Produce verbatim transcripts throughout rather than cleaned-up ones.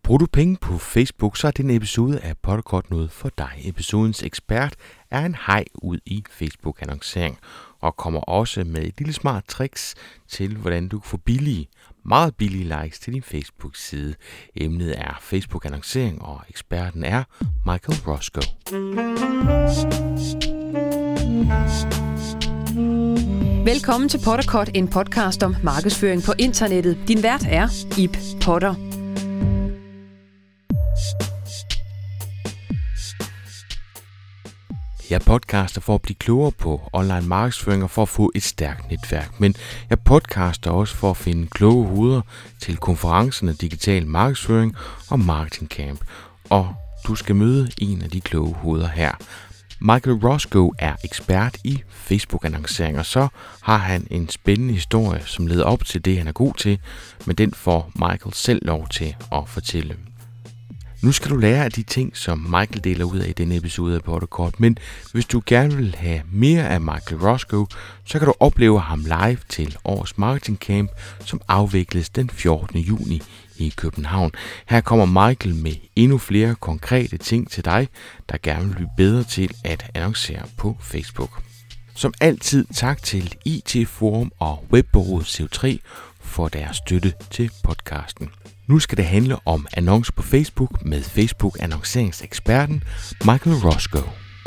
Bruger du penge på Facebook, så er denne episode af Potterkort noget for dig. Episodens ekspert er en haj ud i Facebook-annoncering og kommer også med et lille smart tricks til, hvordan du kan få billige, meget billige likes til din Facebook-side. Emnet er Facebook-annoncering, og eksperten er Michael Roscoe. Velkommen til Potterkort, en podcast om markedsføring på internettet. Din vært er Ib Potter. Jeg podcaster for at blive klogere på online markedsføring og for at få et stærkt netværk. Men jeg podcaster også for at finde kloge hoveder til konferencerne Digital Markedsføring og Marketing Camp. Og du skal møde en af de kloge hoveder her. Michael Roscoe er ekspert i Facebook-annoncering, og så har han en spændende historie, som leder op til det, han er god til, men den får Michael selv lov til at fortælle. Nu skal du lære af de ting, som Michael deler ud af i denne episode af Potterkort, men hvis du gerne vil have mere af Michael Roscoe, så kan du opleve ham live til årets Marketing Camp, som afvikles den fjortende juni i København. Her kommer Michael med endnu flere konkrete ting til dig, der gerne vil blive bedre til at annoncere på Facebook. Som altid tak til I T Forum og webbureauet C O tre for deres støtte til podcasten. Nu skal det handle om annoncer på Facebook med Facebook-annonceringseksperten Michael Roscoe.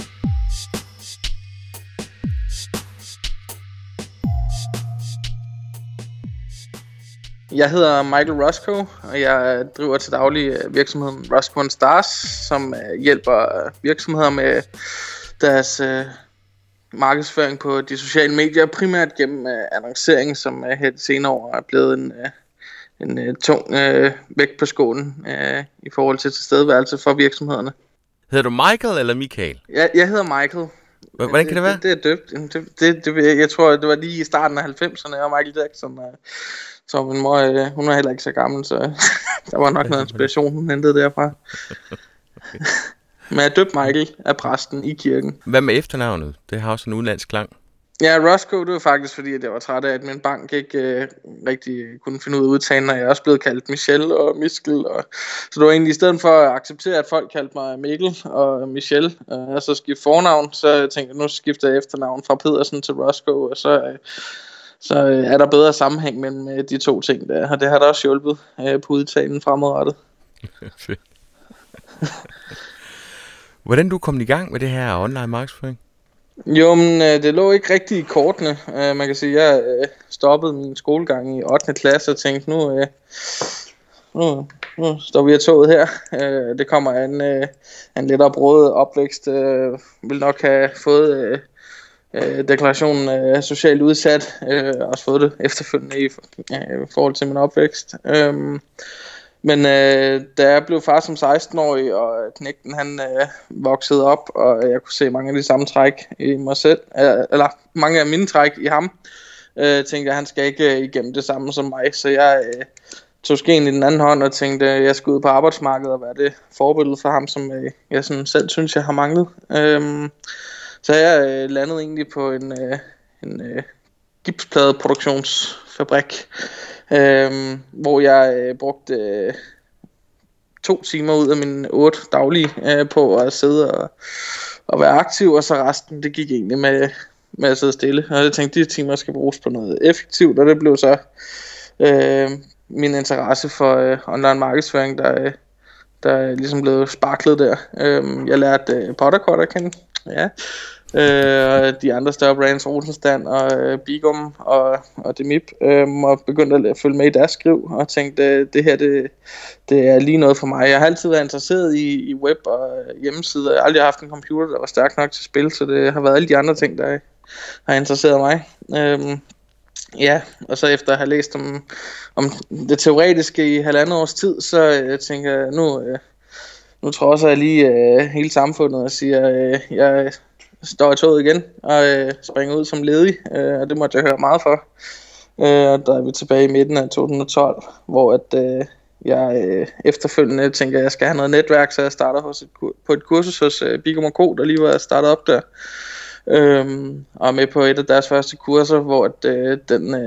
Jeg hedder Michael Roscoe, og jeg driver til daglig virksomheden Roscoe and Stars, som hjælper virksomheder med deres markedsføring på de sociale medier, primært gennem annoncering, som her de senere år er blevet en, en tung vægt på skålen i forhold til tilstedeværelse for virksomhederne. Hedder du Michael eller Michael? Jeg, jeg hedder Michael. Hvordan kan det være? Det, det er døbt. Det, det, det, jeg tror, det var lige i starten af halvfemserne, jeg var Michael Jackson. Så min mor, hun er heller ikke så gammel, så der var nok noget inspiration, hun hentede derfra. Men jeg døbte Michael af præsten i kirken. Hvad med efternavnet? Det har også en udenlandsk klang. Ja, Roscoe, det var faktisk fordi, at jeg var træt af, at min bank ikke øh, rigtig kunne finde ud af at udtale, og jeg er også blevet kaldt Michelle og Miskel. Og... Så det var egentlig i stedet for at acceptere, at folk kaldte mig Mikkel og Michelle, øh, og så skifte fornavn, så jeg tænkte, nu skifter jeg efternavn fra Pedersen til Roscoe, og så... Øh, Så er der bedre sammenhæng mellem de to ting der, og det har da også hjulpet øh, på udtalen fremadrettet. Hvordan du kom i gang med det her online markedsføring? Jo, men øh, det lå ikke rigtig i kortene. Uh, man kan sige, jeg øh, stoppede min skolegang i ottende klasse og tænkte, nu, øh, nu, nu står vi af toget her. Uh, det kommer af en, øh, en lettere brødet opvækst. Uh, vil nok have fået... Øh, Øh, deklarationen er socialt udsat, øh, også fået det efterfølgende i, øh, i forhold til min opvækst. Øhm, men øh, da jeg blev far som seksten-årig, og knægten han øh, voksede op, og jeg kunne se mange af de samme træk i mig selv, øh, eller mange af mine træk i ham, øh, tænkte jeg, han skal ikke øh, igennem det samme som mig, så jeg øh, tog skeen i den anden hånd og tænkte, at jeg skulle ud på arbejdsmarkedet og være det forbillede for ham, som øh, jeg sådan selv synes, jeg har manglet. Øhm, Så jeg øh, landede egentlig på en, øh, en øh, gipspladeproduktionsfabrik, øh, hvor jeg øh, brugte øh, to timer ud af mine otte daglige øh, på at sidde og, og være aktiv, og så resten, det gik egentlig med, med at sidde stille. Og jeg tænkte, de timer skal bruges på noget effektivt, og det blev så øh, min interesse for øh, online markedsføring, der, øh, der ligesom blev sparklet der. Øh, jeg lærte øh, Potterkort at kende. Ja, øh, de andre større brands, Rosenstand og øh, Bigum og, og Demip, øh, og begyndte at følge med i deres skriv, og tænkte, det her, det, det er lige noget for mig. Jeg har altid været interesseret i, i web og hjemmesider. Jeg har aldrig haft en computer, der var stærk nok til spil, så det har været alle de andre ting, der har interesseret mig. Øh, ja, og så efter at have læst om, om det teoretiske i halvandet års tid, så jeg tænker jeg, nu... Øh, Nu tror jeg lige øh, hele samfundet og siger, øh, jeg står i toget igen og øh, springer ud som ledig, øh, og det måtte jeg høre meget for. Øh, og der er vi tilbage i midten af to tusind og tolv, hvor at, øh, jeg øh, efterfølgende tænker, at jeg skal have noget netværk, så jeg starter hos et, på et kursus hos øh, Bigum og Co, der lige var startet op der. Øh, og med på et af deres første kurser, hvor at, øh, den... Øh,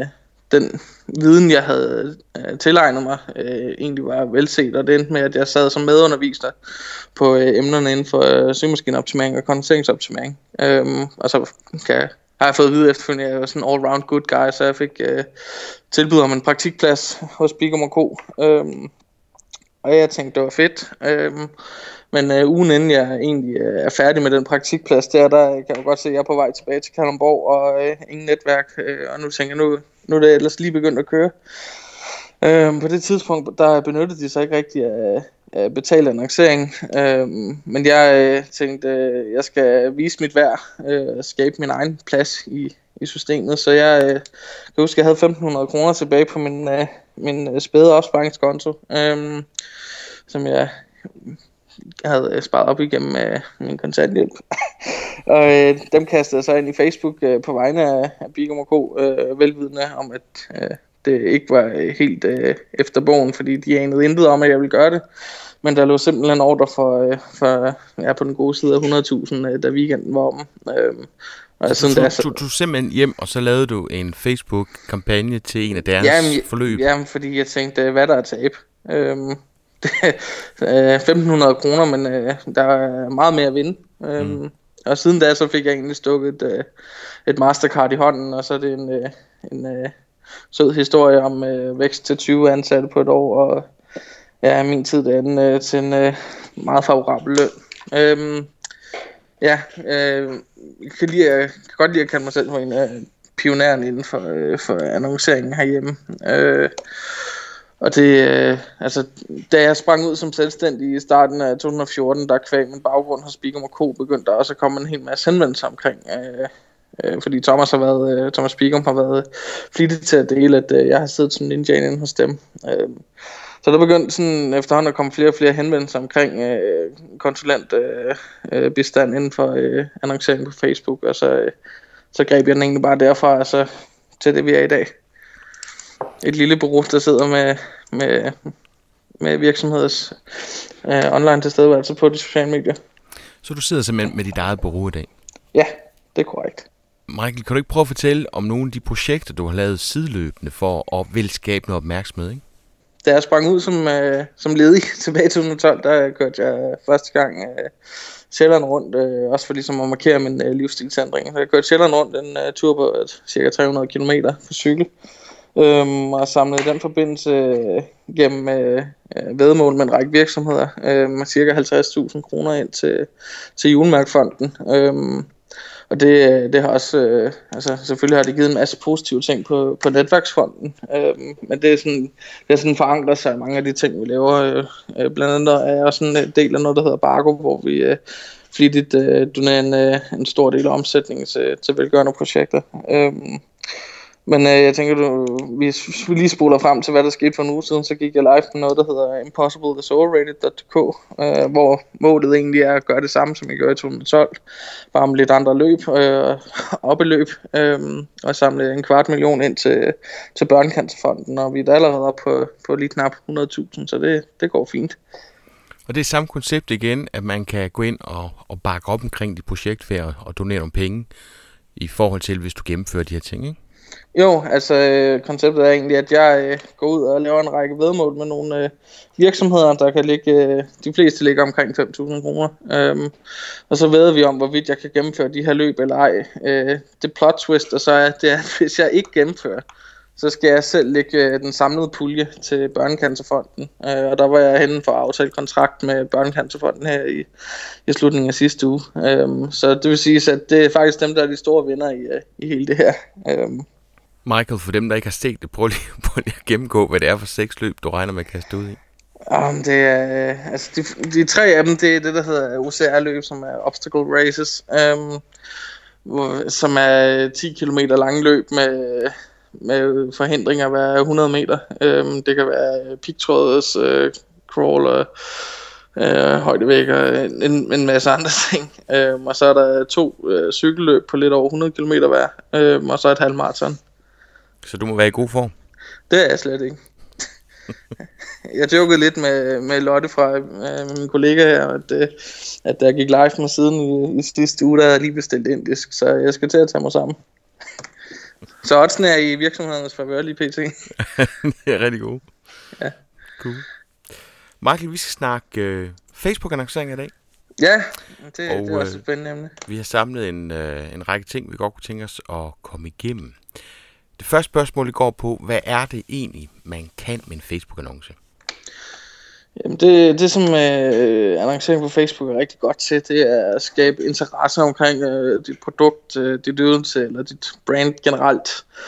den viden, jeg havde øh, tilegnet mig, øh, egentlig var velset, og det endte med, at jeg sad som medunderviser på øh, emnerne inden for øh, søgemaskineoptimering og konverteringsoptimering. Øhm, og så kan jeg, har jeg fået at vide efterfølgende, at jeg var sådan en all-round good guy, så jeg fik øh, tilbud om en praktikplads hos Bigum og Co. Øhm, og jeg tænkte, det var fedt. Øhm, men øh, ugen inden jeg egentlig øh, er færdig med den praktikplads der, der kan jeg godt se, at jeg er på vej tilbage til Kalundborg og øh, ingen netværk. Øh, og nu tænker jeg, nu, nu er det ellers lige begyndt at køre. Øhm, på det tidspunkt, der benyttede de sig ikke rigtig af, af betalt annoncering. Øhm, men jeg øh, tænkte, øh, jeg skal vise mit værd og øh, skabe min egen plads i, i systemet. Så jeg øh, kan huske, at jeg havde femten hundrede kroner tilbage på min, øh, min spæde opsparingskonto, øh, som jeg havde sparet op igennem øh, min kontanthjælp. og øh, dem kastede jeg så ind i Facebook øh, på vegne af, af Bigum og Co. Øh, velvidende om, at øh, det ikke var helt øh, efter bogen, fordi de anede intet om, at jeg ville gøre det. Men der lå simpelthen ordre for, øh, for ja, på den gode side af hundrede tusind, øh, da weekenden var om. Øh, og så du, så... du, du simpelthen hjem, og så lavede du en Facebook-kampagne til en af deres jamen, forløb? Jamen, fordi jeg tænkte, hvad der er tab. Øh, femten hundrede kroner, men øh, der er meget mere at vinde. Øh, mm. Og siden da, så fik jeg egentlig stukket et, et Mastercard i hånden, og så er det en... Øh, en øh, sød historie om øh, vækst til tyve ansatte på et år, og ja, min tid den øh, til en øh, meget favorabel løn. Øhm, ja, øh, jeg kan, lide, jeg kan godt lide at kalde mig selv for en af øh, pionæren inden for, øh, for annonceringen herhjemme. Øh, og det, øh, altså, da jeg sprang ud som selvstændig i starten af to tusind og fjorten, der kvæg min baggrund hos Bigum og Co. begyndte der også at komme en hel masse henvendelser omkring øh, fordi Thomas har været, Thomas Bigum har været flittig til at dele, at jeg har siddet som ninjaen inde hos dem. Så der begyndte sådan efterhånden at komme flere og flere henvendelser omkring konsulentbistand inden for annoncering på Facebook, og så, så greb jeg den egentlig bare derfra, og så til det vi er i dag. Et lille bureau, der sidder med, med, med virksomheders uh, online tilstedeværelse på de sociale medier. Så du sidder simpelthen med dit eget bureau i dag? Ja, det er korrekt. Michael, kan du ikke prøve at fortælle om nogle af de projekter, du har lavet sideløbende for at vil skabe noget opmærksomhed, ikke? Da jeg sprang ud som, øh, som ledig tilbage i to tusind og tolv, der kørte jeg første gang øh, Sjælland rundt, øh, også for ligesom at markere min øh, livsstilsændring. Jeg kørte Sjælland rundt en øh, tur på øh, cirka tre hundrede kilometer på cykel, øhm, og samlede i den forbindelse øh, gennem øh, væddemål med en række virksomheder øh, med cirka halvtreds tusind kroner ind til, til Julemærkfonden. Øh, Og det, det har også, øh, altså selvfølgelig har det givet en masse positive ting på, på netværksfronten, øh, men det er sådan, det er sådan forankret sig i mange af de ting, vi laver. Øh, blandt andet er jeg også en del af noget, der hedder Bargo, hvor vi øh, flittigt øh, donerer en, øh, en stor del af omsætningen til, til velgørende projekter. Øh, Men øh, jeg tænker, du, hvis vi lige spoler frem til, hvad der skete for en uge siden, så gik jeg live med noget, der hedder impossible is overrated punktum d k, øh, hvor målet egentlig er at gøre det samme, som jeg gjorde i to tusind og tolv, bare med lidt andre løb, øh, op i løb, øh, og samle en kvart million ind til, til Børnecancerfonden, og vi er allerede oppe på, på lige knap hundrede tusind, så det, det går fint. Og det er samme koncept igen, at man kan gå ind og, og bakke op omkring dit projekt ved at og donere nogle penge, i forhold til, hvis du gennemfører de her ting, ikke? Jo, altså øh, konceptet er egentlig, at jeg øh, går ud og laver en række væddemål med nogle øh, virksomheder, der kan ligge, øh, de fleste ligger omkring fem tusind kroner. Øhm, og så vædder vi om, hvorvidt jeg kan gennemføre de her løb eller ej. Øh, det plot twist, og så er det, at hvis jeg ikke gennemfører, så skal jeg selv lægge øh, den samlede pulje til Børnecancerfonden. Øh, og der var jeg henne for at aftale kontrakt med Børnecancerfonden her i, i slutningen af sidste uge. Øh, så det vil sige, at det er faktisk dem, der er de store vinder i, øh, i hele det her. Øh, Michael, for dem, der ikke har set det, prøv lige, prøv lige at gennemgå, hvad det er for seks løb, du regner med at kaste ud i. Um, det er, altså de, de tre af dem, det er det, der hedder O C R-løb, som er Obstacle Races, um, hvor, som er ti kilometer lange løb med, med forhindringer hver hundrede meter. Um, det kan være pigtråds, uh, crawl, uh, højdevægger, en, en masse andre ting. Um, og så er der to uh, cykelløb på lidt over hundrede kilometer hver, um, og så et halvmarathon. Så du må være i god form? Det er jeg slet ikke. Jeg jokede lidt med, med Lotte fra øh, min kollega her, at, øh, at der gik live med siden i, i sidste uge, der havde jeg lige bestilt indisk, så jeg skal til at tage mig sammen. Så oddsene er i virksomhedernes favør lige pt. Det er rigtig gode. Ja. Cool. Michael, vi skal snakke øh, Facebook-annoncering i dag. Ja, det, og, det er også et spændende emne. Vi har samlet en, øh, en række ting, vi godt kunne tænke os at komme igennem. Det første spørgsmål går på, hvad er det egentlig, man kan med en Facebook-annonce? Jamen det, det som øh, annoncering på Facebook er rigtig godt til, det er at skabe interesse omkring øh, dit produkt, øh, dit ydelse eller dit brand generelt.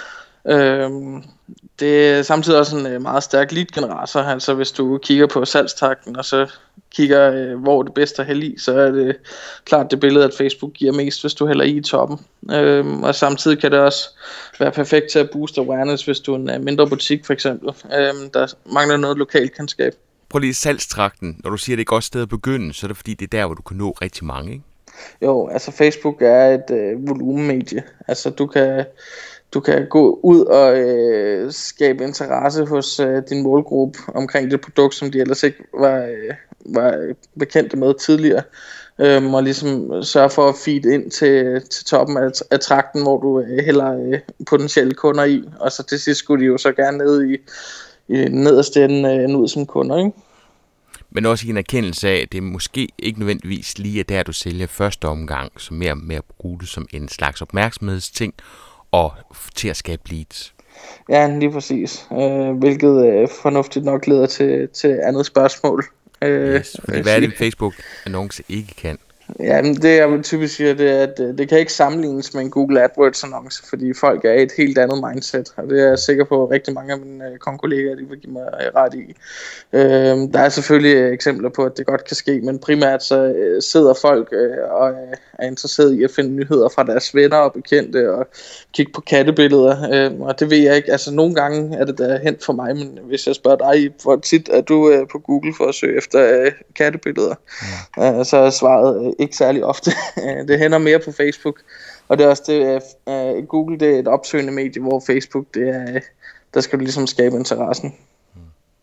Øh, det er samtidig også en øh, meget stærk lead-generator, altså hvis du kigger på salgstakten og så kigger, øh, hvor det bedste er hælde i, så er det klart det billede, at Facebook giver mest, hvis du hælder i i toppen. Øh, og samtidig kan det også være perfekt til at booste awareness, hvis du er en øh, mindre butik for eksempel, øh, der mangler noget lokalt kendskab. Prøv lige salgstrakten. Når du siger, at det er et godt sted at begynde, så er det fordi, det er der, hvor du kan nå rigtig mange, ikke? Jo, altså Facebook er et øh, volumenmedie. Altså du kan, du kan gå ud og øh, skabe interesse hos øh, din målgruppe omkring det produkt, som de ellers ikke var, øh, var bekendte med tidligere. Øhm, og ligesom sørge for at feed ind til, til toppen af, af trakten, hvor du øh, hælder øh, potentielle kunder i. Og så til sidst skulle de jo så gerne ned i i nederste ende øh, ud som kunder, ikke? Men også i en erkendelse af, at det måske ikke nødvendigvis lige er der, du sælger første omgang, så mere med at bruge det som en slags opmærksomhedsting og til at skabe leads. Ja, lige præcis. Øh, hvilket øh, fornuftigt nok leder til, til andet spørgsmål. Øh, yes, fordi hvad er det, en Facebook-annonce ikke kan? Ja, men det jeg vil typisk sige, det er, at det kan ikke sammenlignes med en Google AdWords-annonce, fordi folk er i et helt andet mindset, og det er jeg sikker på, at rigtig mange af mine konkollegaer, de vil give mig ret i. Øh, der er selvfølgelig eksempler på, at det godt kan ske, men primært så sidder folk øh, og er interesseret i at finde nyheder fra deres venner og bekendte, og kigge på kattebilleder, øh, og det ved jeg ikke. Altså nogle gange er det da hent for mig, men hvis jeg spørger dig, hvor tit er du øh, på Google for at søge efter øh, kattebilleder, ja. øh, så er svaret øh, ikke særlig ofte. Det hænder mere på Facebook, og det er også det, uh, Google det er et opsøgende medie, hvor Facebook det er, der skal du ligesom skabe interessen. Hmm.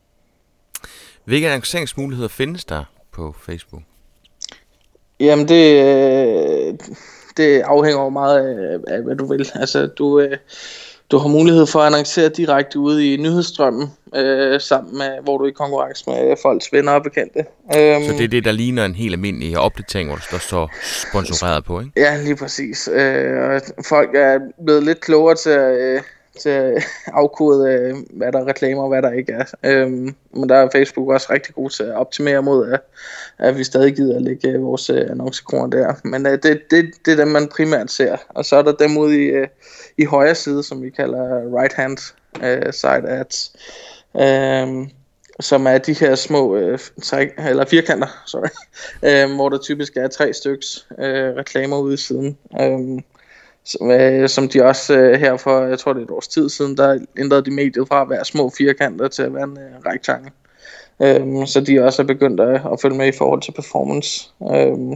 Hvilke annonceringsmuligheder findes der på Facebook? Jamen det, det afhænger jo meget af, af hvad du vil. Altså du Du har mulighed for at annoncere direkte ude i nyhedsstrømmen, øh, sammen med, hvor du er i konkurrence med folks venner og bekendte. Um, så det er det, der ligner en helt almindelig opdatering, hvor der står sponsoreret på, ikke? Ja, lige præcis. Øh, folk er blevet lidt klogere til at, øh, til at afkode, øh, hvad der er reklamer og hvad der ikke er. Øh, men der er Facebook også rigtig god til at optimere mod, at, at vi stadig gider at lægge vores øh, annoncekroner der. Men øh, det, det, det er dem, man primært ser. Og så er der dem ude i... Øh, i højre side, som vi kalder right hand uh, side ads, um, som er de her små uh, tre, eller firkanter, sorry, um, hvor der typisk er tre styks uh, reklamer ude i siden, um, som, uh, som de også uh, her for, jeg tror det er et års tid siden, der ændrede de mediet fra at være små firkanter til at være en uh, rektangel. Um, så de også er begyndt at, at følge med i forhold til performance. Um,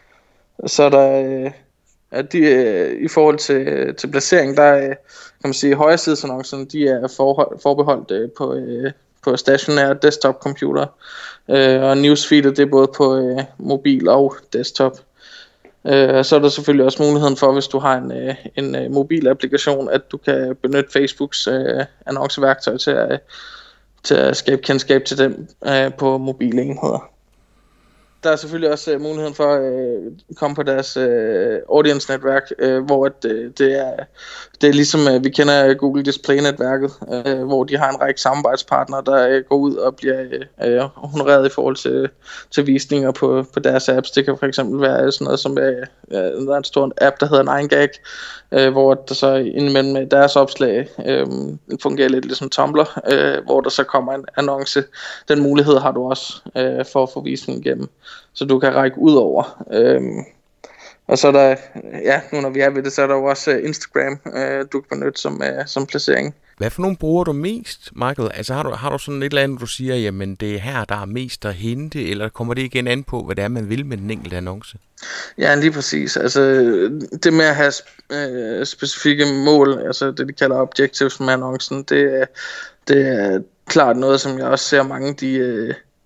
så er der uh, at de, øh, i forhold til, til placering, der øh, kan man sige, at højresidsannoncerne, de er forhold, forbeholdt øh, på, øh, på stationære desktop computer, øh, og newsfeedet, det er både på øh, mobil og desktop. Øh, så er der selvfølgelig også muligheden for, hvis du har en, øh, en øh, mobil applikation, at du kan benytte Facebooks øh, annonceværktøj til at, til at skabe kendskab til dem øh, på mobile enheder. Der er selvfølgelig også uh, muligheden for at uh, komme på deres uh, audience-netværk, uh, hvor at, uh, det, er, det er ligesom uh, vi kender Google Display-netværket, uh, hvor de har en række samarbejdspartnere, der uh, går ud og bliver uh, honoreret i forhold til, til visninger på, på deres apps. Det kan for eksempel være sådan noget som uh, der er en stor app, der hedder nine gag, uh, hvor der så indimellem deres opslag uh, fungerer lidt ligesom Tumblr, uh, hvor der så kommer en annonce. Den mulighed har du også uh, for at få visning igennem, så du kan række ud over. Øhm, og så er der, ja, nu når vi er ved det, så er der jo også Instagram, øh, du kan benytte som, øh, som placering. Hvad for nogle bruger du mest, Michael? Altså har du, har du sådan et eller andet, du siger, jamen det er her, der er mest at hente, eller kommer det igen an på, hvad det er, man vil med den enkelte annonce? Ja, lige præcis. Altså det med at have øh, specifikke mål, altså det de kalder objectives med annoncen, det, det er klart noget, som jeg også ser mange, de... Øh,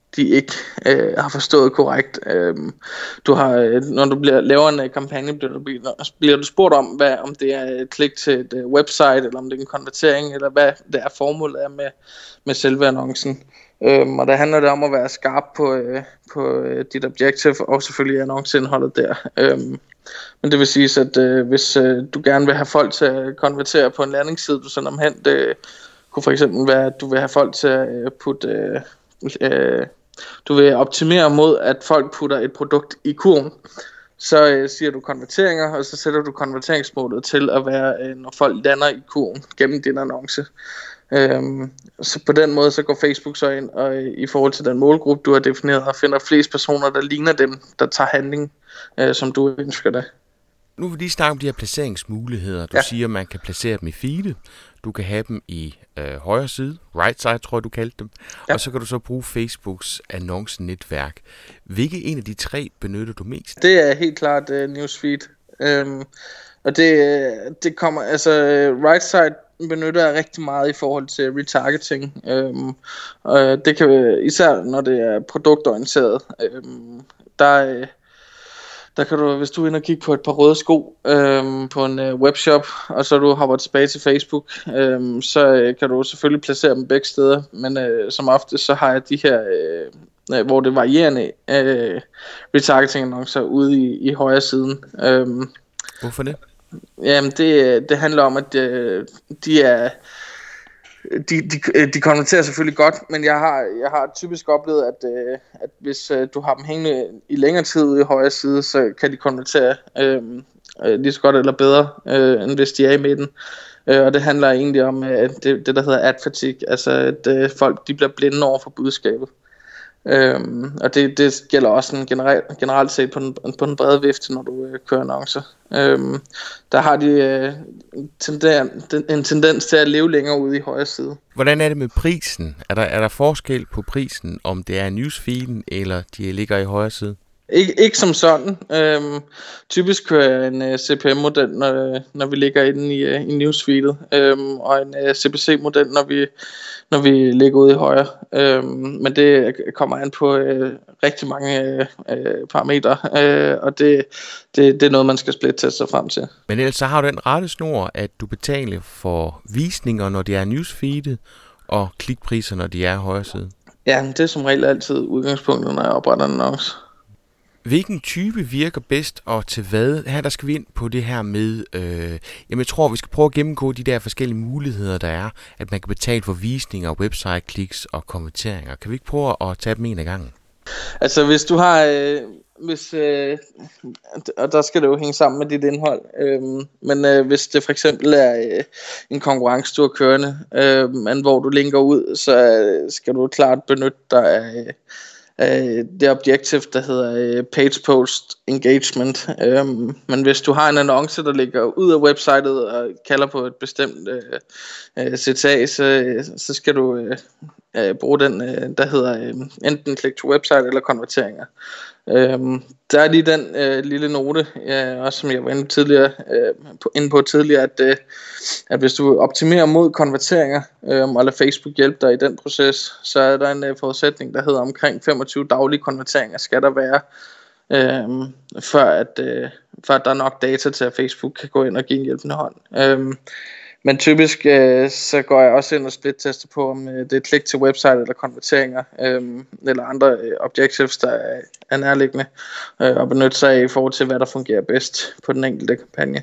de ikke øh, har forstået korrekt. Øh, du har, øh, når du bliver, laver en øh, kampagne, bliver du, bliver du spurgt om, hvad, om det er et klik til et øh, website, eller om det er en konvertering, eller hvad det er formålet er med, med selve annoncen. Øh, og der handler det om at være skarp på, øh, på øh, dit objective, og selvfølgelig annonceindholdet der. Øh, men det vil sige, at øh, hvis øh, du gerne vil have folk til at konvertere på en landingsside, du sender dem hen, det kunne for eksempel være, at du vil have folk til at øh, putte... Øh, øh, du vil optimere mod, at folk putter et produkt i kurven. Så øh, siger du konverteringer, og så sætter du konverteringsmålet til at være, øh, når folk lander i kurven gennem din annonce. Øhm, så på den måde så går Facebook så ind og øh, i forhold til den målgruppe du har defineret, og finder flest personer der ligner dem, der tager handling, øh, som du ønsker det. Nu vil vi lige snakke om de her placeringsmuligheder. Du ja. siger, at man kan placere dem i feedet. Du kan have dem i øh, højre side, right side tror jeg du kaldte dem. Ja. Og så kan du så bruge Facebooks annoncenetværk. Hvilke en af de tre benytter du mest? Det er helt klart uh, newsfeed. Um, og det, det kommer, altså right side benytter jeg rigtig meget i forhold til retargeting. Um, og det kan især når det er produktorienteret. Um, der Der kan du, hvis du er inde og kigge på et par røde sko øhm, på en øh, webshop, og så du hopper tilbage til Facebook, øhm, så øh, kan du selvfølgelig placere dem begge steder. Men øh, som ofte så har jeg de her, øh, hvor det varierende øh, retargeting-annoncer ude i, i højre siden. Øhm, Hvorfor det? Jamen det, det handler om, at øh, de er... De, de, de konverterer selvfølgelig godt, men jeg har, jeg har typisk oplevet, at, øh, at hvis øh, du har dem hængende i længere tid ude i højre side, så kan de konvertere øh, øh, lige så godt eller bedre, øh, end hvis de er i midten. Øh, og det handler egentlig om øh, det, det, der hedder ad fatigue, altså at øh, folk de bliver blinde over for budskabet. Øhm, og det, det gælder også en generel, generelt set på den, på den brede vifte, når du øh, kører annoncer. Øhm, der har de øh, tenden, en tendens til at leve længere ude i højre side. Hvordan er det med prisen? Er der, er der forskel på prisen, om det er newsfeeden, eller de ligger i højre side? Ikke, ikke som sådan. Øhm, typisk kører jeg en uh, C P M-model, når, når vi ligger inde i, uh, i newsfeedet, øhm, og en uh, C P C-model, når vi, når vi ligger ude i højre. Øhm, men det kommer an på uh, rigtig mange uh, parametre, uh, og det, det, det er noget, man skal splitte sig frem til. Men ellers så har du den rette snor, at du betaler for visninger, når det er newsfeedet, og klikpriser, når de er i højre side. Ja, det er som regel altid udgangspunktet, når jeg opretter en annonce. Hvilken type virker bedst, og til hvad? Her der skal vi ind på det her med, øh, jamen jeg tror, vi skal prøve at gennemgå de der forskellige muligheder, der er, at man kan betale for visninger, website-kliks og konverteringer. Kan vi ikke prøve at tage dem en af gangen? Altså hvis du har, øh, hvis, øh, og der skal det jo hænge sammen med dit indhold, øh, men øh, hvis det for eksempel er øh, en konkurrence, du har kørende, øh, men hvor du linker ud, så skal du klart benytte dig af øh, det objektiv, der hedder page post engagement. Um, men hvis du har en annonce, der ligger ud af websitet og kalder på et bestemt uh, C T A, så, så skal du uh, uh, bruge den, uh, der hedder uh, enten click to website eller konverteringer. Um, der er lige den uh, lille note, uh, også som jeg var inde, tidligere, uh, på, inde på tidligere, at, uh, at hvis du optimerer mod konverteringer, um, og lader Facebook hjælpe dig i den proces, så er der en uh, forudsætning, der hedder omkring femogtyve daglige konverteringer, skal der være, um, før, at, uh, før at der er nok data til, at Facebook kan gå ind og give en hjælpende hånd. Um, Men typisk øh, så går jeg også ind og split-tester på, om øh, det er klik til website eller konverteringer, øh, eller andre øh, objectives, der er, er nærliggende, øh, og benytte sig af i forhold til, hvad der fungerer bedst på den enkelte kampagne.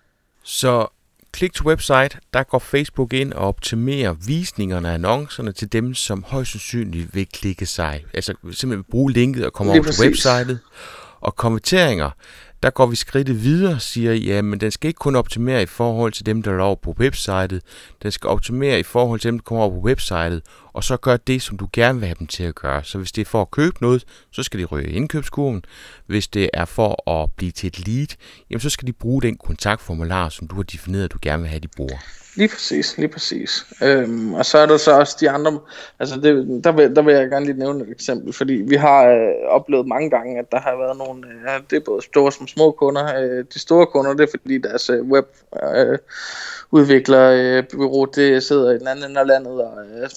Så klik til website, der går Facebook ind og optimerer visningerne af annoncerne til dem, som højst sandsynligt vil klikke sig. Altså simpelthen bruge linket og komme over til websitet. Og konverteringer, der går vi skridtet videre og siger, ja, men den skal ikke kun optimere i forhold til dem, der er over på websitet. Den skal optimere i forhold til dem, der kommer over på websitet, og så gør det, som du gerne vil have dem til at gøre. Så hvis det er for at købe noget, så skal de ryge i indkøbskurven. Hvis det er for at blive til et lead, jamen så skal de bruge den kontaktformular, som du har defineret, at du gerne vil have, de bruger. Lige præcis, lige præcis. Øhm, og så er der så også de andre, altså det, der, vil, der vil jeg gerne lige nævne et eksempel, fordi vi har øh, oplevet mange gange, at der har været nogle, øh, det er både store som små kunder. Øh, de store kunder, det er fordi deres øh, web øh, udvikler øh, bureau, det sidder i den anden ende af landet, og øh,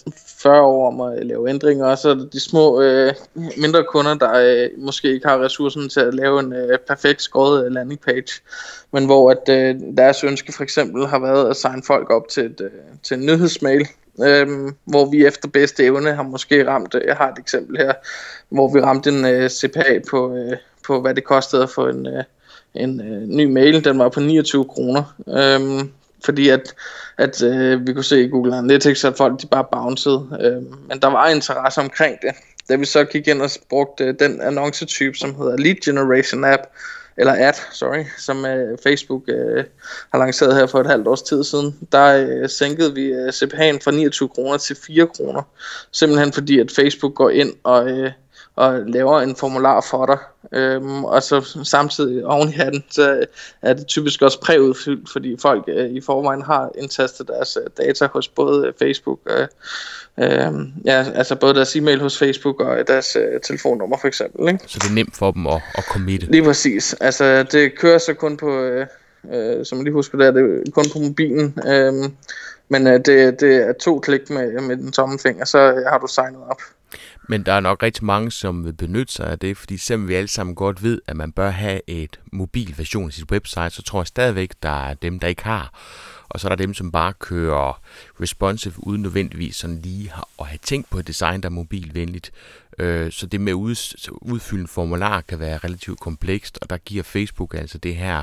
fyrre år om at lave ændringer, og så er der de små øh, mindre kunder, der øh, måske ikke har ressourcen til at lave en øh, perfekt skåret landing page, men hvor at øh, deres ønske for eksempel har været at signe folk op til, et, øh, til en nyhedsmail, øh, hvor vi efter bedste evne har måske ramt, jeg har et eksempel her, hvor vi ramte en øh, C P A på, øh, på hvad det kostede at få en, øh, en øh, ny mail. Den var på niogtyve kroner, øh, fordi at at øh, vi kunne se i Google Analytics, at folk de bare bouncede, øh, men der var interesse omkring det. Da vi så gik ind og brugte øh, den annoncetype, som hedder Lead Generation App, eller ad, sorry, som øh, Facebook øh, har lanceret her for et halvt års tid siden, der øh, sænkede vi øh, C P A'en fra niogtyve kroner til fire kroner, simpelthen fordi at Facebook går ind og øh, og laver en formular for dig, øhm, og så samtidig oven i hatten, så er det typisk også præudfyldt, fordi folk øh, i forvejen har indtastet deres øh, data hos både Facebook, øh, øh, ja, altså både deres e-mail hos Facebook og deres øh, telefonnummer for eksempel, ikke? Så det er nemt for dem at, at committe. Lige præcis. Altså det kører så kun på, øh, øh, som jeg lige husker det, er det kun på mobilen, øh, men øh, det, det er to klik med, med den tomme finger, så har du signet op. Men der er nok rigtig mange, som vil benytte sig af det, fordi selvom vi alle sammen godt ved, at man bør have et mobil version af sit website, så tror jeg stadigvæk, der er dem, der ikke har. Og så er der dem, som bare kører responsive, uden nødvendigvis sådan lige at have tænkt på et design, der er mobilvenligt. Så det med at udfylde en formular kan være relativt komplekst, og der giver Facebook altså det her,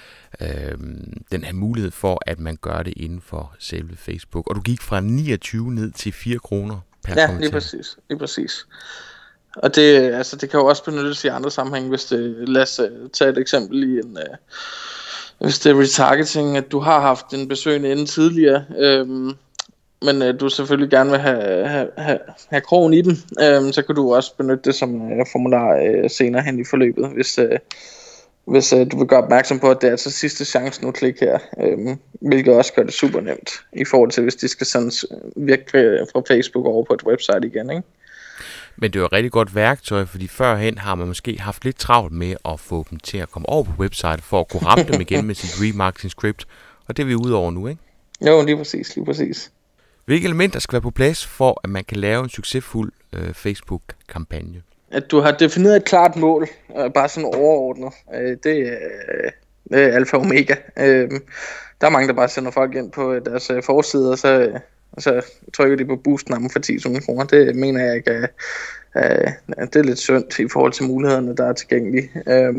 øh, den her mulighed for, at man gør det inden for selve Facebook. Og du gik fra niogtyve ned til fire kroner. Ja, lige præcis, lige præcis. Og det, altså, det kan jo også benyttes i andre sammenhæng, hvis det, lad os tage et eksempel i en, uh, hvis det er retargeting, at du har haft en besøgende inde tidligere, øhm, men uh, du selvfølgelig gerne vil have, have, have, have krogen i den, øhm, så kan du også benytte det som uh, formular uh, senere hen i forløbet, hvis, uh, hvis uh, du vil gøre opmærksom på, at det er altså sidste chance nu klik her, øhm, hvilket også gør det super nemt i forhold til, hvis de skal sendes virkelig fra Facebook over på et website igen, ikke? Men det er jo et rigtig godt værktøj, fordi førhen har man måske haft lidt travlt med at få dem til at komme over på website, for at kunne ramme dem igen med sit remarketing script, og det er vi ude over nu, ikke? Jo, lige præcis, lige præcis. Hvilke elementer skal være på plads, for at man kan lave en succesfuld øh, Facebook-kampagne? At du har defineret et klart mål, øh, bare sådan overordnet, øh, det, øh, det er alfa og omega. Øh, der er mange, der bare sender folk ind på deres øh, forside, og så, øh, og så trykker de på boost-knappen for ti tusind kroner. Det mener jeg ikke, øh, øh, det er lidt synd i forhold til mulighederne, der er tilgængelige. Øh,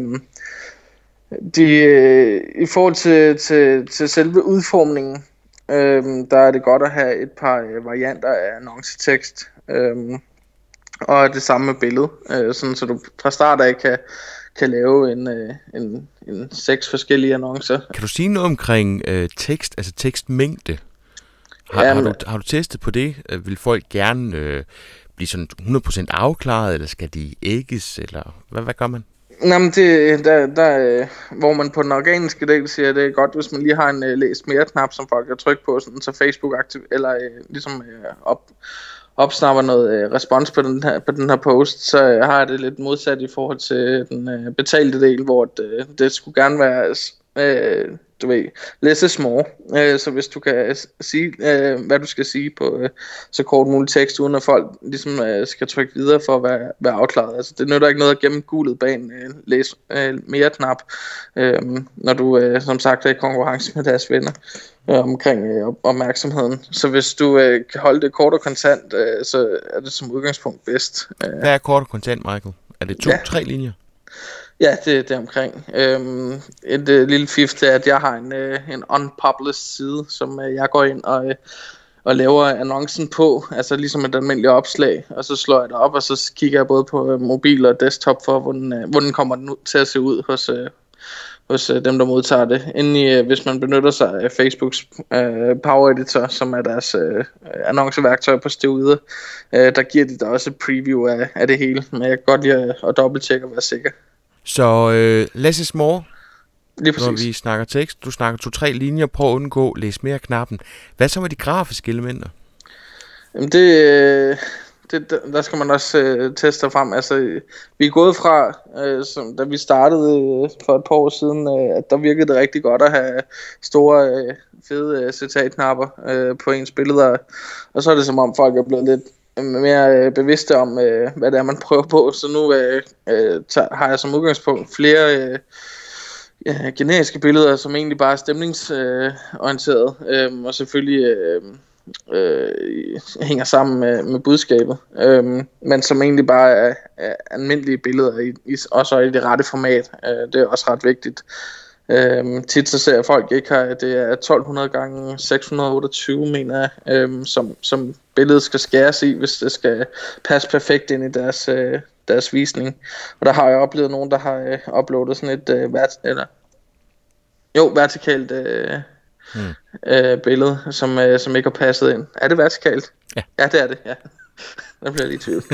de, øh, I forhold til, til, til selve udformningen, øh, der er det godt at have et par øh, varianter af annoncetekst, øh, og det samme med billede, øh, sådan så du fra start af kan, kan lave en, øh, en, en seks forskellige annoncer. Kan du sige noget omkring øh, tekst, altså tekstmængde? Har, Jamen, har, du, har du testet på det? Vil folk gerne øh, blive sådan hundrede procent afklaret, eller skal de ægges, eller hvad, hvad gør man? Jamen det, der, der, hvor man på den organiske del siger, det er godt, hvis man lige har en uh, læst mere knap, som folk kan trykke på, sådan, så Facebook aktiv eller uh, ligesom uh, op opsnapper noget øh, respons på den her på den her post, så øh, har jeg det lidt modsat i forhold til den øh, betalte del, hvor det, det skulle gerne være øh, du ved, less is more. Øh, så hvis du kan sige øh, hvad du skal sige på øh, så kort muligt tekst, uden at folk ligesom øh, skal trykke videre for at være, være afklaret. Altså det nytter ikke noget at gemme gulet bag en øh, læs øh, mere knap, øh, når du øh, som sagt er i konkurrence med deres venner øh, omkring øh, opmærksomheden. Så hvis du øh, kan holde det kort og kontant, øh, så er det som udgangspunkt bedst. Øh. Hvad er kort og kontant, Michael? Er det to, ja. tre linjer? Ja, det, det er omkring. Øhm, et øh, lille fif er, at jeg har en, øh, en unpublished side, som øh, jeg går ind og, øh, og laver annoncen på, altså ligesom et almindeligt opslag, og så slår jeg det op, og så kigger jeg både på øh, mobil og desktop for, hvordan, øh, hvordan kommer den til at se ud hos, øh, hos øh, dem, der modtager det. Inden i, øh, hvis man benytter sig af Facebooks øh, Power Editor, som er deres øh, annonceværktøj på stedet, øh, der giver de der også et preview af, af det hele, men jeg kan godt lide at, at dobbelttjekke og være sikker. Så øh, less is more, lige præcis. Når vi snakker tekst, du snakker to-tre linjer, prøv at undgå, læs mere knappen. Hvad så med de grafiske elementer? Jamen det, det, der, der skal man også øh, teste sig frem. Altså, vi er gået fra, øh, som, da vi startede øh, for et par år siden, øh, at der virkede det rigtig godt at have store, øh, fede øh, citatknapper øh, på ens billeder. Og så er det som om folk er blevet lidt mere øh, bevidste om, øh, hvad det er, man prøver på. Så nu øh, øh, tager, har jeg som udgangspunkt flere øh, ja, generiske billeder, som egentlig bare er stemningsorienteret. Øh, og selvfølgelig... Øh, Øh, hænger sammen med, med budskabet, øh, men som egentlig bare er, er almindelige billeder i, i, også i det rette format. øh, Det er også ret vigtigt. øh, Tit så ser jeg folk ikke har, det er tolv hundrede gange seks hundrede otteogtyve, mener jeg, øh, som, som billedet skal skæres i, hvis det skal passe perfekt ind i deres, øh, deres visning. Og der har jeg oplevet nogen, der har øh, uploadet sådan et øh, vert, eller, jo, vertikalt øh, Hmm. Øh, billede, som, øh, som ikke har passet ind. Er det vertikalt? Ja. Ja, det er det, ja. Der bliver jeg lige i tvivl.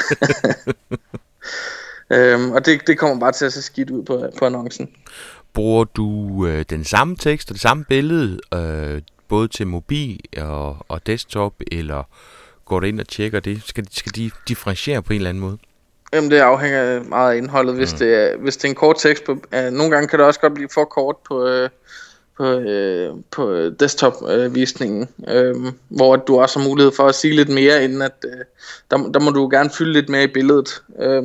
øhm, og det, det kommer bare til at se skidt ud på, på annoncen. Bruger du øh, den samme tekst og det samme billede, øh, både til mobil og, og desktop, eller går du ind og tjekker det? Skal, skal de differentiere på en eller anden måde? Jamen, det afhænger meget af indholdet. Hvis, hmm. det, er, hvis det er en kort tekst, på, øh, nogle gange kan det også godt blive for kort på... Øh, på, øh, på desktop-visningen, øh, øh, hvor du også har mulighed for at sige lidt mere, inden at øh, der, der må du gerne fylde lidt mere i billedet. Øh,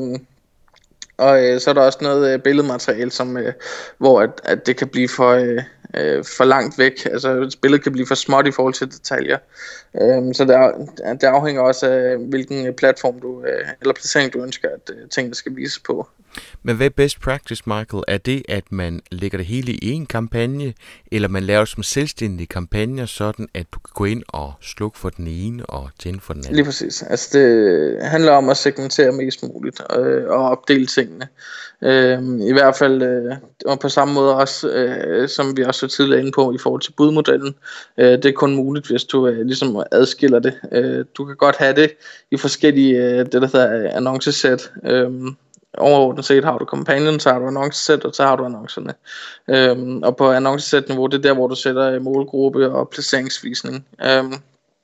og øh, så er der også noget øh, billedmateriale, som, øh, hvor at, at det kan blive for, øh, øh, for langt væk. Altså billedet kan blive for småt i forhold til detaljer. Øh, så det, det afhænger også af, hvilken platform du, øh, eller placering du ønsker, at øh, tingene skal vises på. Men hvad er best practice, Michael? Er det, at man lægger det hele i en kampagne, eller man laver som selvstændige kampagner, sådan at du kan gå ind og slukke for den ene og tænde for den anden? Lige præcis. Altså det handler om at segmentere mest muligt øh, og opdele tingene. Øh, I hvert fald øh, og på samme måde også, øh, som vi også så tidligere inde på i forhold til budmodellen. Øh, det er kun muligt, hvis du øh, ligesom adskiller det. Øh, du kan godt have det i forskellige, øh, det der hedder annoncesæt. Øh, Overordnet set har du kampagnen, så har du annoncesæt, og så har du annoncerne. Øhm, og på annoncesæt-niveau, det er der, hvor du sætter målgruppe og placeringsvisning. Øhm,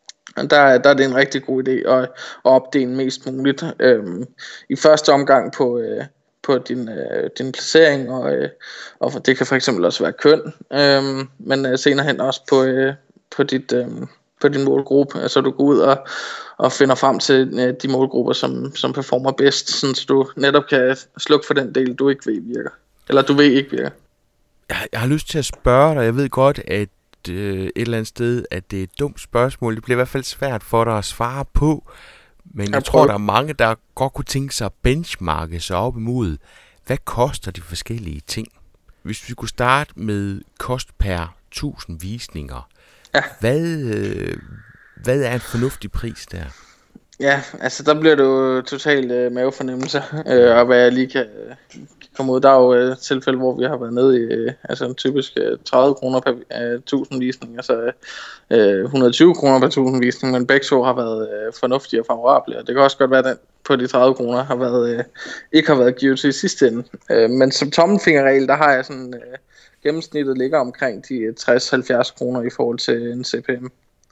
der, der er det en rigtig god idé at, at opdele mest muligt. Øhm, I første omgang på, øh, på din, øh, din placering, og, øh, og det kan for eksempel også være køn, øhm, men øh, senere hen også på, øh, på dit... Øh, på din målgruppe, altså du går ud og, og finder frem til øh, de målgrupper, som, som performer bedst, sådan, så du netop kan slukke for den del, du ikke ved virker, eller du ved ikke virker. Jeg, jeg har lyst til at spørge dig, jeg ved godt, at øh, et eller andet sted, at det er et dumt spørgsmål, det bliver i hvert fald svært for dig at svare på, men jeg, jeg tror, der er mange, der godt kunne tænke sig at benchmarke sig op imod, hvad koster de forskellige ting? Hvis vi kunne starte med kost per tusind visninger, ja. Hvad, øh, hvad er en fornuftig pris der? Ja, altså der bliver det jo totalt øh, mavefornemmelse, øh, og hvad jeg lige kan, kan komme ud. Der er jo øh, tilfælde, hvor vi har været nede i øh, altså en typisk øh, tredive kroner per øh, tusind visninger, altså øh, et hundrede og tyve kroner per tusind visninger, men begge to har været øh, fornuftige og favorable, og det kan også godt være, at den på de tredive kroner har været, øh, ikke har været givet til i sidste ende. Øh, men som tommelfingerregel, der har jeg sådan... Øh, gennemsnittet ligger omkring de tres til halvfjerds kroner i forhold til en C P M.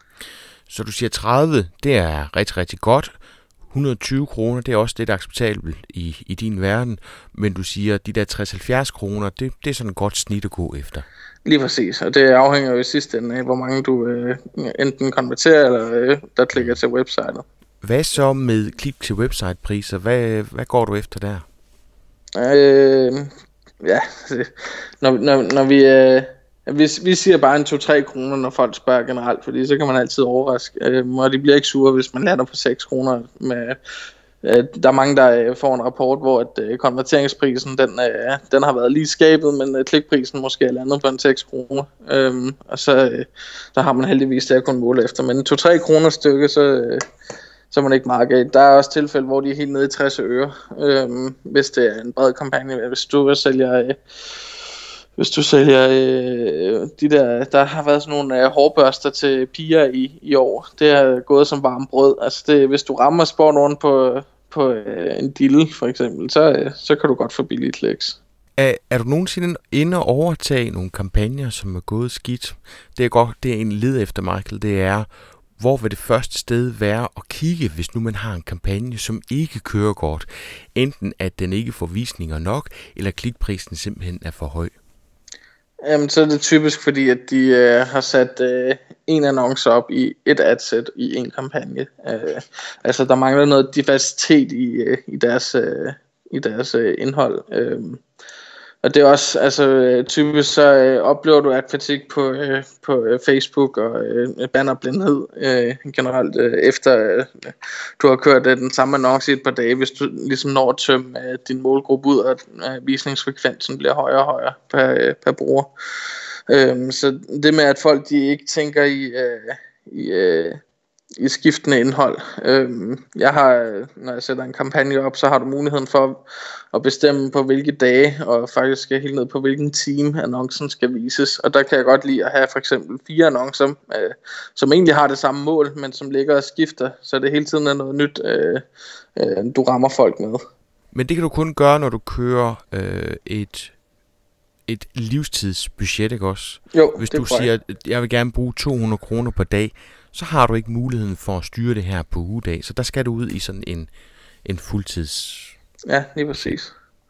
Så du siger tredive, det er rigtig, rigtig godt. et hundrede og tyve kroner, det er også lidt acceptabelt i, i din verden. Men du siger, de der tres til halvfjerds kroner, det, det er sådan et godt snit at gå efter. Lige præcis, og det afhænger jo i sidste ende af, hvor mange du øh, enten konverterer, eller øh, der klikker til websitet. Hvad så med klik til website-priser? Hvad, hvad går du efter der? Øh... Ja, når, når, når vi, øh, vi, vi siger bare en to til tre kroner, når folk spørger generelt, fordi så kan man altid overraske, øh, og de bliver ikke sure, hvis man lander på seks kroner. Med, øh, der er mange, der øh, får en rapport, hvor at, øh, konverteringsprisen, den, øh, den har været lige skabet, men øh, klikprisen måske er landet på en seks kroner, øh, og så øh, der har man heldigvis det at kunne måle efter, men to til tre kroner stykke, så... Øh, så er man ikke meget galt. Der er også tilfælde, hvor de er helt nede i tres øre, øhm, hvis det er en bred kampagne. Hvis du sælger, øh, hvis du sælger øh, de der, der har været sådan nogle øh, hårbørster til piger i, i år. Det er gået som varmt brød. Altså det, hvis du rammer sport oven på, på øh, en dille for eksempel, så, øh, så kan du godt få billige kliks. Er, er du nogensinde inde og overtage nogle kampagner, som er gået skidt? Det er godt, det er en led efter, Michael, det er... hvor vil det første sted være at kigge, hvis nu man har en kampagne, som ikke kører godt? Enten at den ikke får visninger nok, eller klikprisen simpelthen er for høj. Jamen, så er det typisk, fordi at de øh, har sat øh, en annonce op i et adset i en kampagne. Øh, altså, der mangler noget diversitet i, øh, i deres, øh, i deres øh, indhold. Øh, og det er også, altså typisk så øh, oplever du adfærdik på, øh, på øh, Facebook og øh, bannerblindhed øh, generelt, øh, efter øh, du har kørt øh, den samme annonce i et par dage, hvis du ligesom når at tømme øh, din målgruppe ud, og øh, visningsfrekvensen bliver højere og højere per, øh, per bruger. Øh, så det med, at folk de ikke tænker i... Øh, i øh, i skiftende indhold. Øhm, jeg har, når jeg sætter en kampagne op, så har du muligheden for at bestemme på hvilke dage, og faktisk helt ned på hvilken time annoncen skal vises. Og der kan jeg godt lide at have for eksempel fire annoncer, øh, som egentlig har det samme mål, men som ligger og skifter, så det hele tiden er noget nyt, øh, øh, du rammer folk med. Men det kan du kun gøre, når du kører øh, et et livstidsbudget, ikke også? Jo, hvis det du siger, at jeg vil gerne bruge to hundrede kroner per dag, så har du ikke muligheden for at styre det her på ugedag. Så der skal du ud i sådan en, en fuldtids... Ja, lige præcis.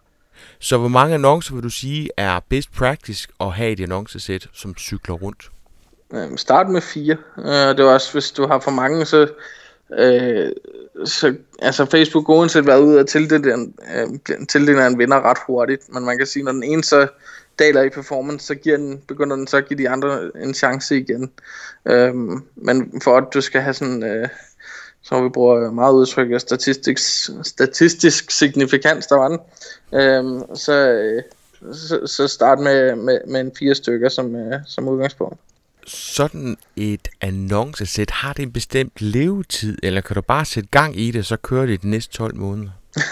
Så hvor mange annoncer vil du sige er best practice at have et annoncesæt, som cykler rundt? Øhm, start med fire. Øh, det er også, hvis du har for mange, så... Øh, så altså Facebook uanset været ude og tildele, øh, tildele en vinder ret hurtigt. Men man kan sige, når den ene så daler i performance, så giver den, begynder den så at give de andre en chance igen. Øhm, men for at du skal have sådan, øh, så vi bruger meget udtryk af statistisk, statistisk signifikans, der var den, øhm, så, øh, så, så start med, med, med en fire stykker som, øh, som udgangspunkt. Sådan et annoncesæt, har det en bestemt levetid, eller kan du bare sætte gang i det, så kører det de næste tolv måneder?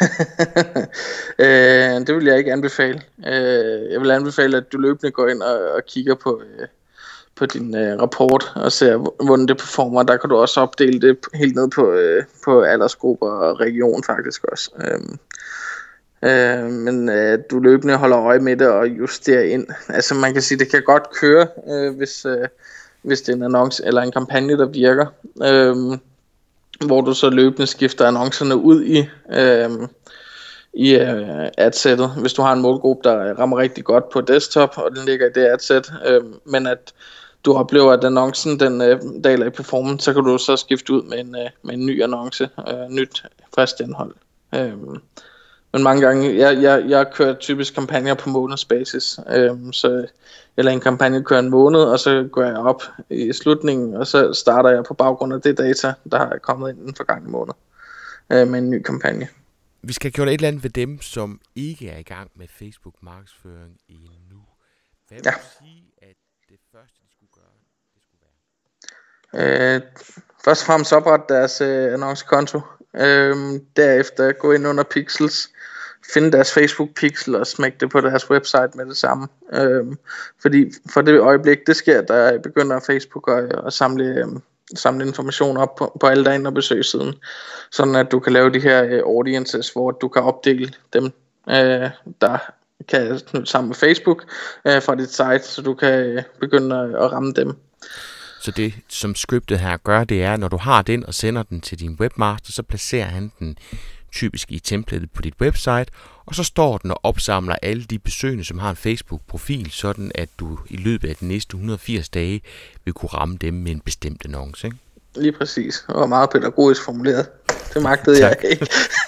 øh, det vil jeg ikke anbefale. Øh, jeg vil anbefale, at du løbende går ind og, og kigger på, øh, på din øh, rapport og ser, hvordan det performer. Der kan du også opdele det helt ned på, øh, på aldersgrupper og region faktisk også. Øh, øh, men øh, du løbende holder øje med det og justerer ind. Altså man kan sige, det kan godt køre, øh, hvis, øh, hvis det er en annonce eller en kampagne, der virker. Øh, hvor du så løbende skifter annoncerne ud i, øh, i øh, adsettet, hvis du har en målgruppe, der rammer rigtig godt på desktop, og den ligger i det adset, øh, men at du oplever, at annoncen den øh, daler i performance, så kan du så skifte ud med en, øh, med en ny annonce, øh, nyt fast indhold. Øh, men mange gange, jeg, jeg, jeg kører typisk kampagner på månedsbasis, øh, så jeg lader en kampagne køre en måned, og så går jeg op i slutningen, og så starter jeg på baggrund af det data, der har kommet ind den forgangne måned, øh, med en ny kampagne. Vi skal gøre et eller andet ved dem, som ikke er i gang med Facebook-markedsføring endnu. Hvad vil ja. du sige, at det første, de skulle gøre, det skulle være? Øh, først og fremmest oprette deres øh, annoncekonto. Øh, derefter gå ind under Pixels, finde deres Facebook-pixel og smække det på deres website med det samme. Øhm, fordi for det øjeblik, det sker, der begynder Facebook at, at samle, øhm, samle information op på, på alle, der er inde og besøge siden. Sådan at du kan lave de her øh, audiences, hvor du kan opdele dem, øh, der kan knytte sammen med Facebook øh, fra dit site, så du kan øh, begynde at, at ramme dem. Så det, som scriptet her gør, det er, når du har den og sender den til din webmaster, så placerer han den typisk i templatet på dit website, og så står den og opsamler alle de besøgende, som har en Facebook-profil, sådan at du i løbet af de næste et hundrede og firs dage vil kunne ramme dem med en bestemt annonce, ikke? Lige præcis. Det var meget pædagogisk formuleret. Det magtede jeg ikke.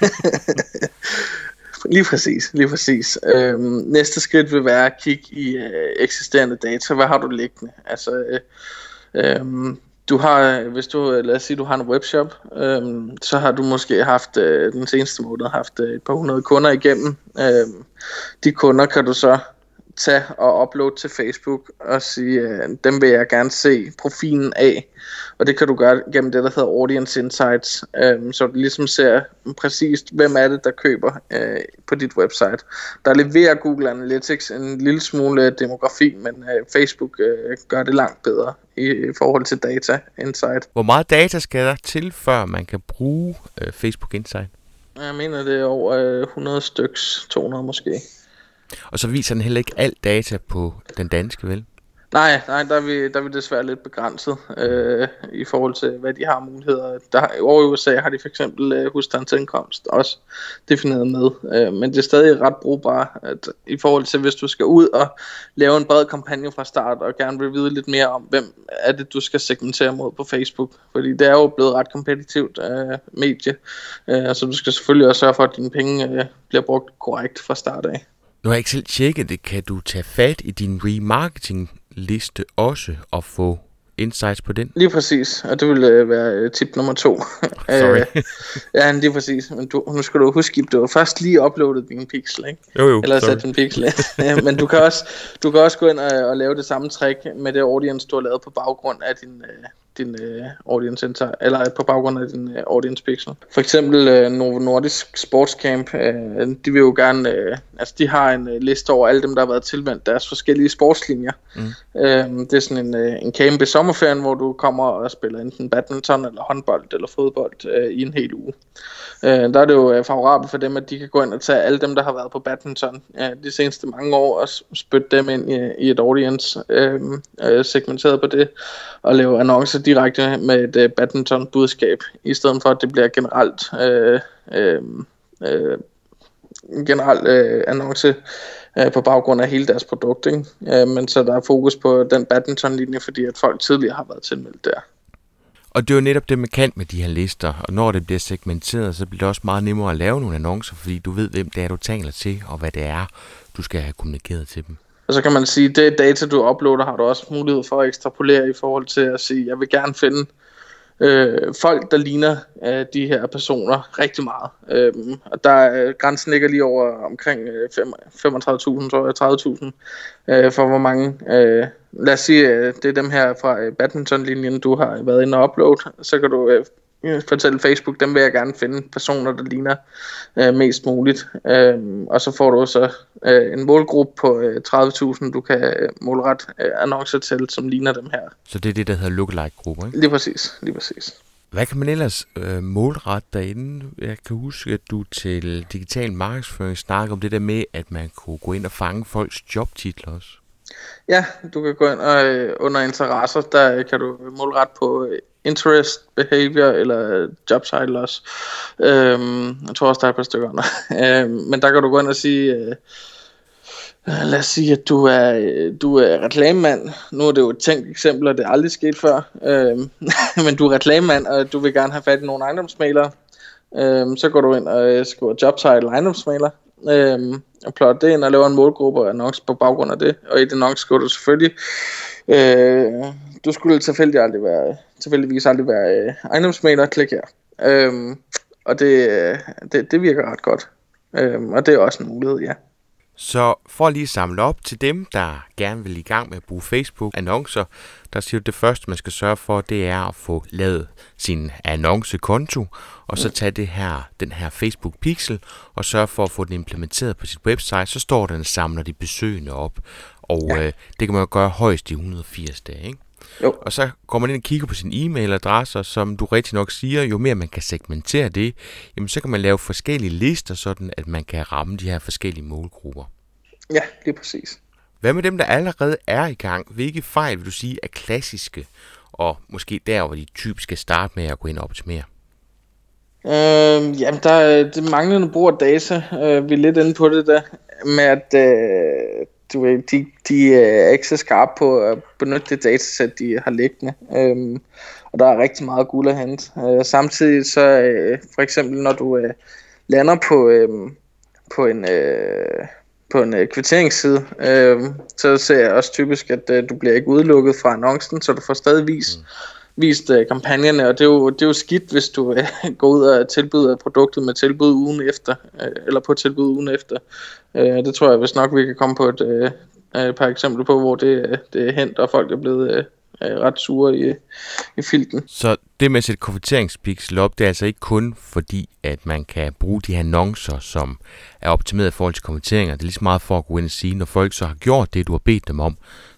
Lige præcis, lige præcis. Øhm, næste skridt vil være at kigge i øh, eksisterende data. Hvad har du liggende? Altså, øh, øh, du har, hvis du, lad os sige, du har en webshop, øhm, så har du måske haft, øh, den seneste måned, haft øh, et par hundrede kunder igennem. Øhm, de kunder kan du så tage og uploade til Facebook og sige, øh, dem vil jeg gerne se profilen af. Og det kan du gøre gennem det, der hedder Audience Insights, øhm, så du ligesom ser præcist, hvem er det, der køber øh, på dit website. Der leverer Google Analytics en lille smule demografi, men øh, Facebook øh, gør det langt bedre i, i forhold til data insight. Hvor meget data skal der til, før man kan bruge øh, Facebook Insight? Jeg mener, det er over øh, hundrede styks, to hundrede måske. Og så viser den heller ikke alt data på den danske, vel? Nej, nej, der er vi, der er vi desværre lidt begrænset øh, i forhold til, hvad de har muligheder. Der, over i U S A har de for eksempel øh, husstandsindkomst også defineret med, øh, men det er stadig ret brugbart at, i forhold til, hvis du skal ud og lave en bred kampagne fra start, og gerne vil vide lidt mere om, hvem er det, du skal segmentere mod på Facebook. Fordi det er jo blevet ret kompetitivt øh, medie, øh, så du skal selvfølgelig også sørge for, at dine penge øh, bliver brugt korrekt fra start af. Nu har jeg ikke selv tjekket det. Kan du tage fat i din remarketing-liste også og få insights på den? Lige præcis, og det vil øh, være tip nummer to. Sorry. Ja, lige præcis. Men du, nu skal du huske, at du har først lige uploadet din pixel, ikke? Jo, jo. Eller sat din pixel. Men du kan, også, du kan også gå ind og, og lave det samme trick med det audience, du har lavet på baggrund af din, øh, din øh, audience center, eller på baggrund af din øh, audience pixel. For eksempel øh, Novo Nordisk Sportscamp, øh, de vil jo gerne, øh, altså de har en øh, liste over alle dem, der har været tilvendt deres forskellige sportslinjer. Mm. Øh, det er sådan en, øh, en camp i sommerferien, hvor du kommer og spiller enten badminton eller håndbold eller fodbold øh, i en hel uge. Øh, der er det jo øh, favorabelt for dem, at de kan gå ind og tage alle dem, der har været på badminton øh, de seneste mange år, og spytte dem ind i, i et audience øh, øh, segmenteret på det, og lave annoncer direkte med et øh, badminton-budskab, i stedet for at det bliver generelt øh, øh, øh, generelt øh, annonce øh, på baggrund af hele deres produkt, ikke? Øh, men så der er fokus på den badminton-linje, fordi at folk tidligere har været tilmeldt der. Og det er jo netop det, man kan med de her lister, og når det bliver segmenteret, så bliver det også meget nemmere at lave nogle annoncer, fordi du ved, hvem det er, du taler til, og hvad det er, du skal have kommunikeret til dem. Og så kan man sige, at det data, du uploader, har du også mulighed for at ekstrapolere i forhold til at sige, jeg vil gerne finde øh, folk, der ligner øh, de her personer rigtig meget. Øh, og der øh, grænsen ligger lige over omkring øh, femogtredive tusind, tror jeg, tredive tusind øh, for hvor mange. Øh, lad os sige, øh, det er dem her fra øh, badmintonlinjen, du har været inde og upload. Så kan du øh, fortælle Facebook, dem vil jeg gerne finde personer, der ligner øh, mest muligt. Øh, og så får du så øh, en målgruppe på øh, tredive tusind, du kan øh, målrette øh, annoncer til, som ligner dem her. Så det er det, der hedder lookalike-grupper, ikke? Lige præcis, lige præcis. Hvad kan man ellers øh, målrette derinde? Jeg kan huske, at du til digital markedsføring snakker om det der med, at man kunne gå ind og fange folks jobtitler også. Ja, du kan gå ind og øh, under interesser, der kan du målrette på øh, interest, behavior eller job title også. Øhm, jeg tror også, der er et par stykker under. øhm, men der kan du gå ind og sige, øh, lad os sige, at du er, du er reklamemand. Nu er det jo et tænkt eksempel, og det er aldrig sket før. Øhm, men du er reklamemand, og du vil gerne have fat i nogle ejendomsmalere. Øhm, så går du ind og skriver job title ejendomsmaler. Øhm, og plotter det ind og laver en målgruppe og annonce på baggrund af det. Og i det annonce skriver du selvfølgelig, øh, du skulle tilfældigvis aldrig være, tilfældigvis aldrig være øh, ejendomsmaler, klik her. Øhm, og det, det, det virker ret godt. Øhm, og det er også en mulighed, ja. Så for lige at samle op til dem, der gerne vil i gang med at bruge Facebook-annoncer, der siger det første, man skal sørge for, det er at få lavet sin annoncekonto, og så tage det her, den her Facebook-pixel, og sørge for at få den implementeret på sit website, så står den og samler de besøgende op. Og ja. øh, det kan man jo gøre højst i et hundrede og firs dage, ikke? Jo. Og så går man ind og kigger på sin e-mailadresser, som du rigtig nok siger, jo mere man kan segmentere det, jamen så kan man lave forskellige lister, sådan at man kan ramme de her forskellige målgrupper. Ja, lige præcis. Hvad med dem, der allerede er i gang? Hvilke fejl vil du sige er klassiske, og måske der, hvor de typisk skal starte med at gå ind og optimere? Øh, jamen, der er det manglende brug af data. Øh, vi er lidt inde på det der, med at øh, du ved, de, de er ikke så skarpe på at benytte det datasæt, de har liggende. Øh, og der er rigtig meget guld at hente. Øh, samtidig så, øh, for eksempel når du øh, lander på, øh, på en... Øh, på en øh, kvitteringsside, øh, så ser jeg også typisk, at øh, du bliver ikke udelukket fra annoncen, så du får stadig vist, mm. vist øh, kampagnerne, og det er, jo, det er jo skidt, hvis du øh, går ud og tilbyder produktet med tilbud ugen efter, øh, eller på tilbud ugen efter. Øh, det tror jeg, hvis nok vi kan komme på et, øh, et par eksempler på, hvor det, det er hent, og folk er blevet øh, ret sure i, i filten. Så det med at sætte konverteringspixel op, det er altså ikke kun fordi, at man kan bruge de her annoncer, som er optimeret i forhold til konverteringer. Det er lige så meget for at gå ind og sige, når folk så har gjort det, du har bedt dem om,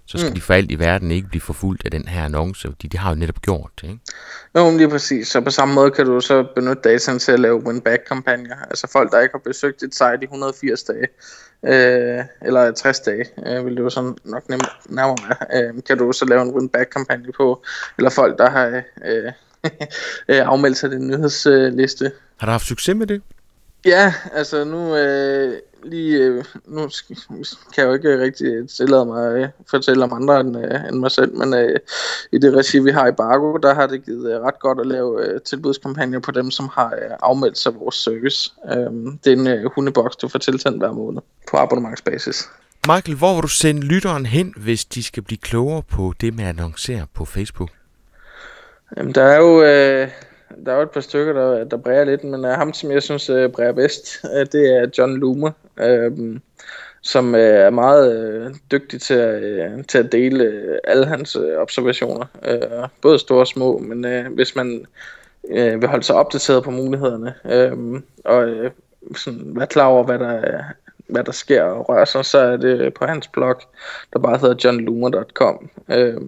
så skal mm. de for alt i verden ikke blive forfulgt af den her annonce, fordi de har jo netop gjort det, ikke? Jo, lige præcis. Så på samme måde kan du så benytte dataen til at lave win-back-kampagner. Altså folk, der ikke har besøgt dit site i et hundrede og firs dage, øh, eller tres dage, øh, vil det jo sådan nok nem, nærmere være, øh, kan du så lave en win-back-kampagne på. Eller folk, der har øh, afmeldt sig din nyhedsliste. Har du haft succes med det? Ja, altså nu øh, lige øh, nu kan jeg jo ikke rigtig tillade mig at øh, fortælle om andre end, øh, end mig selv, men øh, i det regi vi har i Bargo, der har det givet øh, ret godt at lave øh, tilbudskampagner på dem, som har øh, afmeldt sig vores service. Øh, det er en øh, hundeboks, du får tilsendt hver måned på abonnementsbasis. Michael, hvor vil du sende lytteren hen, hvis de skal blive klogere på det med at annoncere på Facebook? Jamen, der er jo øh, der er jo et par stykker, der, der bræger lidt, men uh, ham, som jeg synes uh, bræger bedst, uh, det er John Loomer, uh, som uh, er meget uh, dygtig til at, uh, til at dele uh, alle hans uh, observationer, uh, både store og små, men uh, hvis man uh, vil holde sig opdateret på mulighederne, uh, og uh, sådan, være klar over, hvad der, hvad der sker og rører sig, så er det på hans blog, der bare hedder john loomer punktum com. Uh,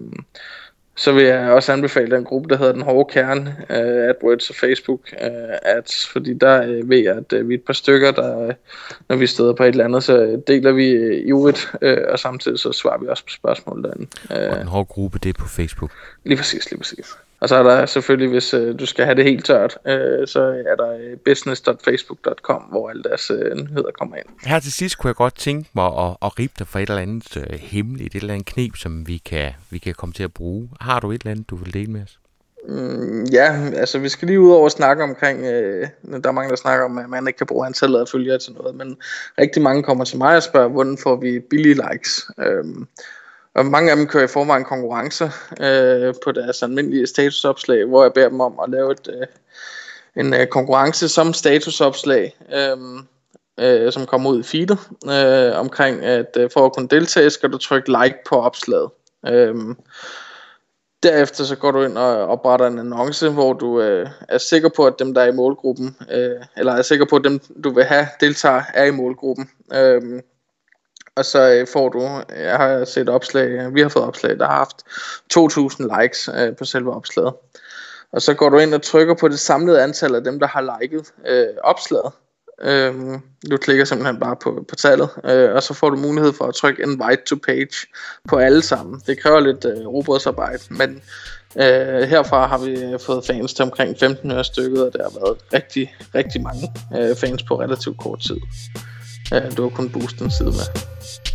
Så vil jeg også anbefale den gruppe, der hedder Den Hårde Kerne, uh, AdWords og Facebook uh, Ads, fordi der uh, ved jeg, at uh, vi er et par stykker, der uh, når vi støder på et eller andet, så deler vi uh, ivrigt, uh, og samtidig så svarer vi også på spørgsmål derinde. Uh, og Den Hårde Gruppe, det er på Facebook? Lige præcis, lige præcis. Og så er der selvfølgelig, hvis uh, du skal have det helt tørt, uh, så er der uh, business punktum facebook punktum com, hvor alle deres uh, nyheder kommer ind. Her til sidst kunne jeg godt tænke mig at, at ribe dig for et eller andet uh, hemmeligt, et eller andet knep, som vi kan, vi kan komme til at bruge. Har du et eller andet, du vil dele med os? Mm, ja, altså vi skal lige ud over at snakke omkring, øh, der er mange, der snakker om, at man ikke kan bruge antallet af følgere til noget, men rigtig mange kommer til mig og spørger, hvordan får vi billige likes? Øhm, og mange af dem kører i forvejen konkurrencer øh, på deres almindelige statusopslag, hvor jeg beder dem om at lave et, øh, en øh, konkurrence som statusopslag, øh, øh, som kommer ud i feedet, øh, omkring at øh, for at kunne deltage, skal du trykke like på opslaget. Øh, Derefter så går du ind og opretter en annonce, hvor du øh, er sikker på, at dem, der er i målgruppen, øh, eller er sikker på, at dem, du vil have deltager, er i målgruppen. Øh, og så øh, får du, jeg har set opslag, vi har fået opslag, der har haft to tusind likes øh, på selve opslaget. Og så går du ind og trykker på det samlede antal af dem, der har liket øh, opslaget. Øhm, du klikker simpelthen bare på, på tallet, øh, og så får du mulighed for at trykke invite to page på alle sammen. Det kræver lidt øh, robotsarbejde, men øh, herfra har vi fået fans til omkring femten hundrede stykket, og der har været rigtig, rigtig mange øh, fans på relativt kort tid. øh, Du har kun booste en side med.